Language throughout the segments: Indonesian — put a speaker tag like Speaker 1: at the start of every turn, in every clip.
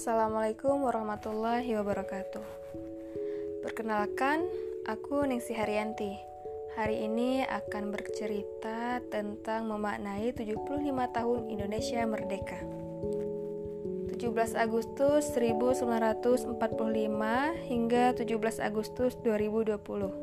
Speaker 1: Assalamualaikum warahmatullahi wabarakatuh. Perkenalkan, aku Ningsi Haryanti. Hari ini akan bercerita tentang memaknai 75 tahun Indonesia Merdeka. 17 Agustus 1945 hingga 17 Agustus 2020.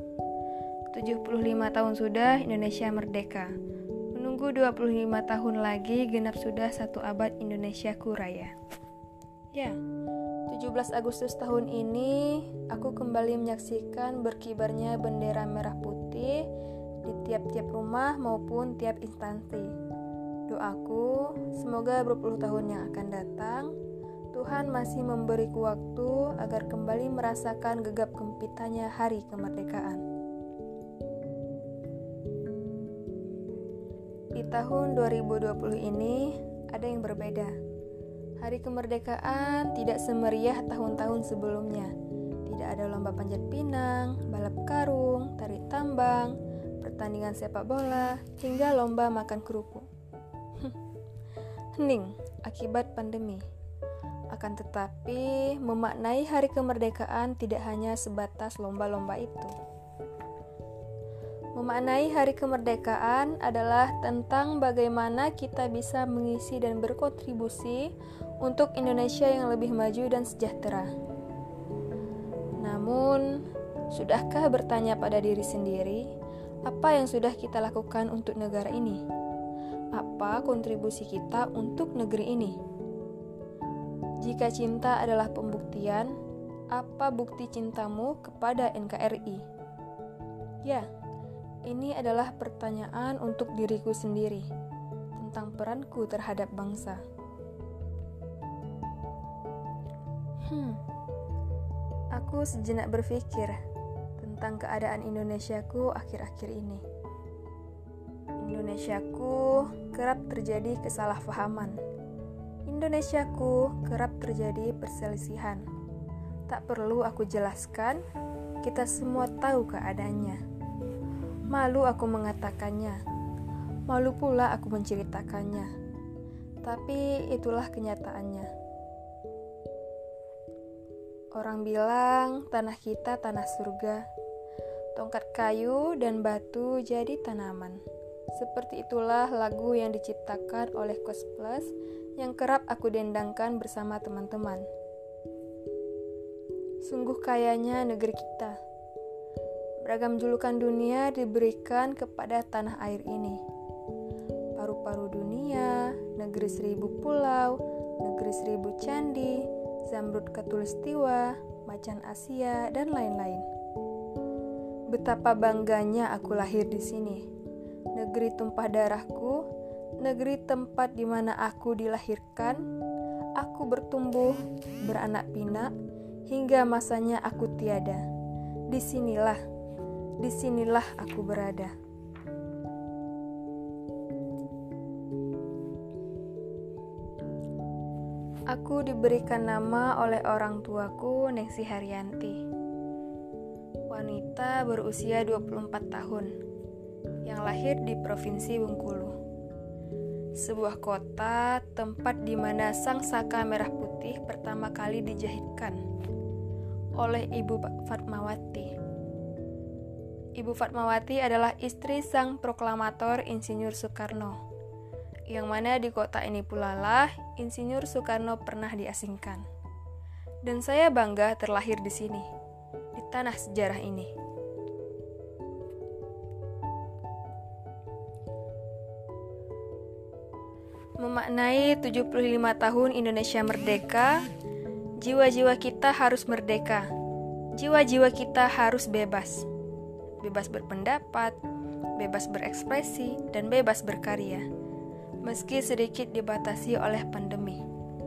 Speaker 1: 75 tahun sudah Indonesia merdeka. Menunggu 25 tahun lagi genap sudah 1 abad Indonesiaku Raya. Ya, 17 Agustus tahun ini aku kembali menyaksikan berkibarnya bendera merah putih di tiap-tiap rumah maupun tiap instansi. Doaku, semoga berpuluh tahun yang akan datang, Tuhan masih memberiku waktu agar kembali merasakan gegap gempitanya hari kemerdekaan. Di tahun 2020 ini ada yang berbeda. Hari kemerdekaan tidak semeriah tahun-tahun sebelumnya. Tidak ada lomba panjat pinang, balap karung, tarik tambang, pertandingan sepak bola, hingga lomba makan kerupuk. Hening akibat pandemi. Akan tetapi, memaknai hari kemerdekaan tidak hanya sebatas lomba-lomba itu. Memaknai hari kemerdekaan adalah tentang bagaimana kita bisa mengisi dan berkontribusi untuk Indonesia yang lebih maju dan sejahtera. Namun, sudahkah bertanya pada diri sendiri, apa yang sudah kita lakukan untuk negara ini? Apa kontribusi kita untuk negeri ini? Jika cinta adalah pembuktian, apa bukti cintamu kepada NKRI? Ya, ini adalah pertanyaan untuk diriku sendiri tentang peranku terhadap bangsa. Aku sejenak berpikir tentang keadaan Indonesiaku akhir-akhir ini. Indonesiaku kerap terjadi kesalahpahaman. Indonesiaku kerap terjadi perselisihan. Tak perlu aku jelaskan, kita semua tahu keadaannya. Malu aku mengatakannya, malu pula aku menceritakannya. Tapi itulah kenyataannya. Orang bilang tanah kita tanah surga. Tongkat kayu dan batu jadi tanaman. Seperti itulah lagu yang diciptakan oleh Koes Plus yang kerap aku dendangkan bersama teman-teman. Sungguh kayanya negeri kita. Beragam julukan dunia diberikan kepada tanah air ini. Paru-paru dunia, negeri 1000 pulau, negeri 1000 candi, Zamrud Khatulistiwa, Macan Asia, dan lain-lain. Betapa bangganya aku lahir di sini. Negeri tumpah darahku, negeri tempat di mana aku dilahirkan, aku bertumbuh, beranak pinak, hingga masanya aku tiada. Disinilah aku berada. Aku diberikan nama oleh orang tuaku Ningsi Haryanti. Wanita berusia 24 tahun yang lahir di Provinsi Bengkulu. Sebuah kota tempat di mana sang saka merah putih pertama kali dijahitkan oleh Ibu Fatmawati. Ibu Fatmawati adalah istri sang proklamator Insinyur Soekarno, yang mana di kota ini pula lah Insinyur Soekarno pernah diasingkan. Dan saya bangga terlahir di sini, di tanah sejarah ini. Memaknai 75 tahun Indonesia merdeka, jiwa-jiwa kita harus merdeka. Jiwa-jiwa kita harus bebas. Bebas berpendapat, bebas berekspresi, dan bebas berkarya. Meski sedikit dibatasi oleh pandemi.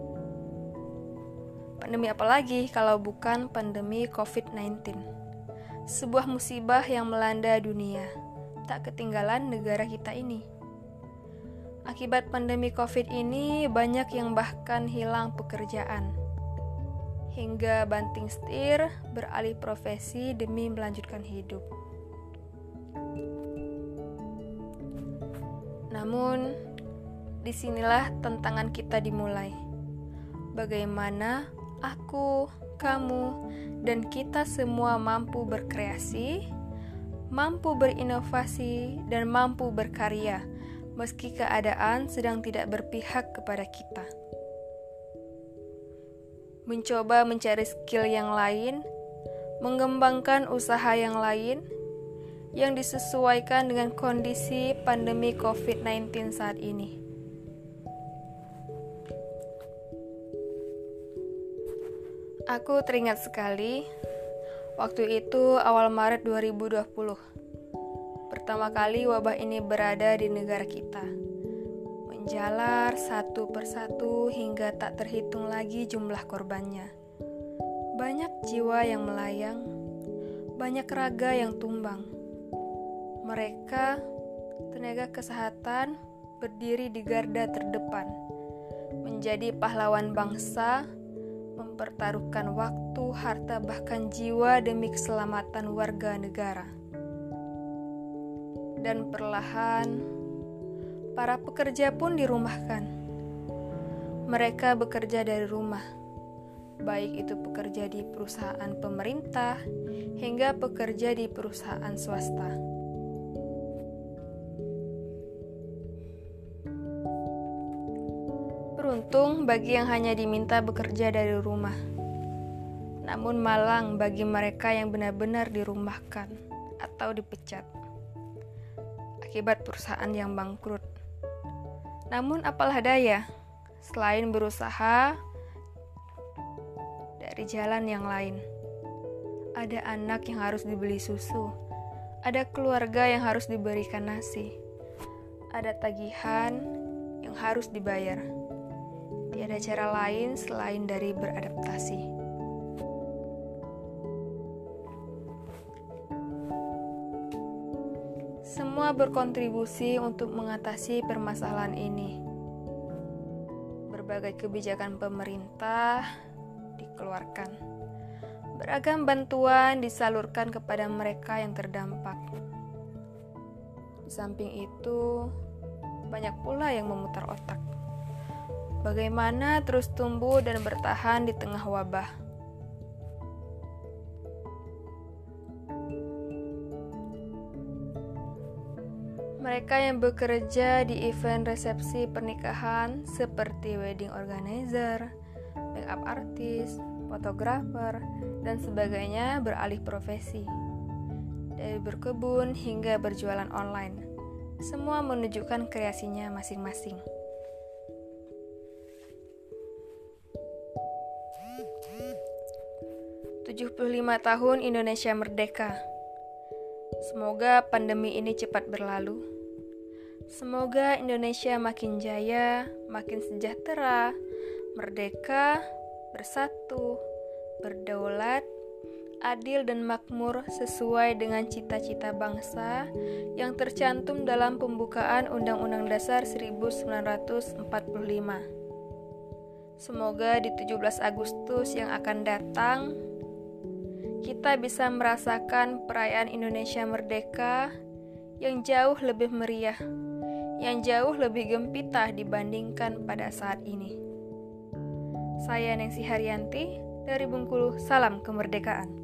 Speaker 1: Pandemi apa lagi kalau bukan pandemi COVID-19? Sebuah musibah yang melanda dunia, tak ketinggalan negara kita ini. Akibat pandemi COVID ini, banyak yang bahkan hilang pekerjaan. Hingga banting setir, beralih profesi demi melanjutkan hidup. Namun, disinilah tantangan kita dimulai. Bagaimana aku, kamu, dan kita semua mampu berkreasi, mampu berinovasi, dan mampu berkarya, meski keadaan sedang tidak berpihak kepada kita. Mencoba mencari skill yang lain, mengembangkan usaha yang lain, yang disesuaikan dengan kondisi pandemi COVID-19 saat ini. Aku teringat sekali, waktu itu awal Maret 2020. Pertama kali wabah ini berada di negara kita. Menjalar satu persatu hingga tak terhitung lagi jumlah korbannya. Banyak jiwa yang melayang, banyak raga yang tumbang. Mereka, tenaga kesehatan, berdiri di garda terdepan, menjadi pahlawan bangsa, mempertaruhkan waktu, harta, bahkan jiwa demi keselamatan warga negara. Dan perlahan, para pekerja pun dirumahkan. Mereka bekerja dari rumah, baik itu pekerja di perusahaan pemerintah hingga pekerja di perusahaan swasta. Beruntung bagi yang hanya diminta bekerja dari rumah. Namun malang bagi mereka yang benar-benar dirumahkan atau dipecat akibat perusahaan yang bangkrut. Namun apalah daya, selain berusaha dari jalan yang lain. Ada anak yang harus dibeli susu, ada keluarga yang harus diberikan nasi, ada tagihan yang harus dibayar. Tiada cara lain selain dari beradaptasi. Semua berkontribusi untuk mengatasi permasalahan ini. Berbagai kebijakan pemerintah dikeluarkan. Beragam bantuan disalurkan kepada mereka yang terdampak. Di samping itu, banyak pula yang memutar otak. Bagaimana terus tumbuh dan bertahan di tengah wabah? Mereka yang bekerja di event resepsi pernikahan seperti wedding organizer, makeup artist, fotografer, dan sebagainya beralih profesi. Dari berkebun hingga berjualan online, semua menunjukkan kreasinya masing-masing. 75 tahun Indonesia merdeka. Semoga pandemi ini cepat berlalu. Semoga Indonesia makin jaya, makin sejahtera, merdeka, bersatu, berdaulat, adil dan makmur sesuai dengan cita-cita bangsa yang tercantum dalam pembukaan Undang-Undang Dasar 1945. Semoga di 17 Agustus yang akan datang, kita bisa merasakan perayaan Indonesia Merdeka yang jauh lebih meriah, yang jauh lebih gempita dibandingkan pada saat ini. Saya Nancy Haryanti dari Bengkulu, salam kemerdekaan.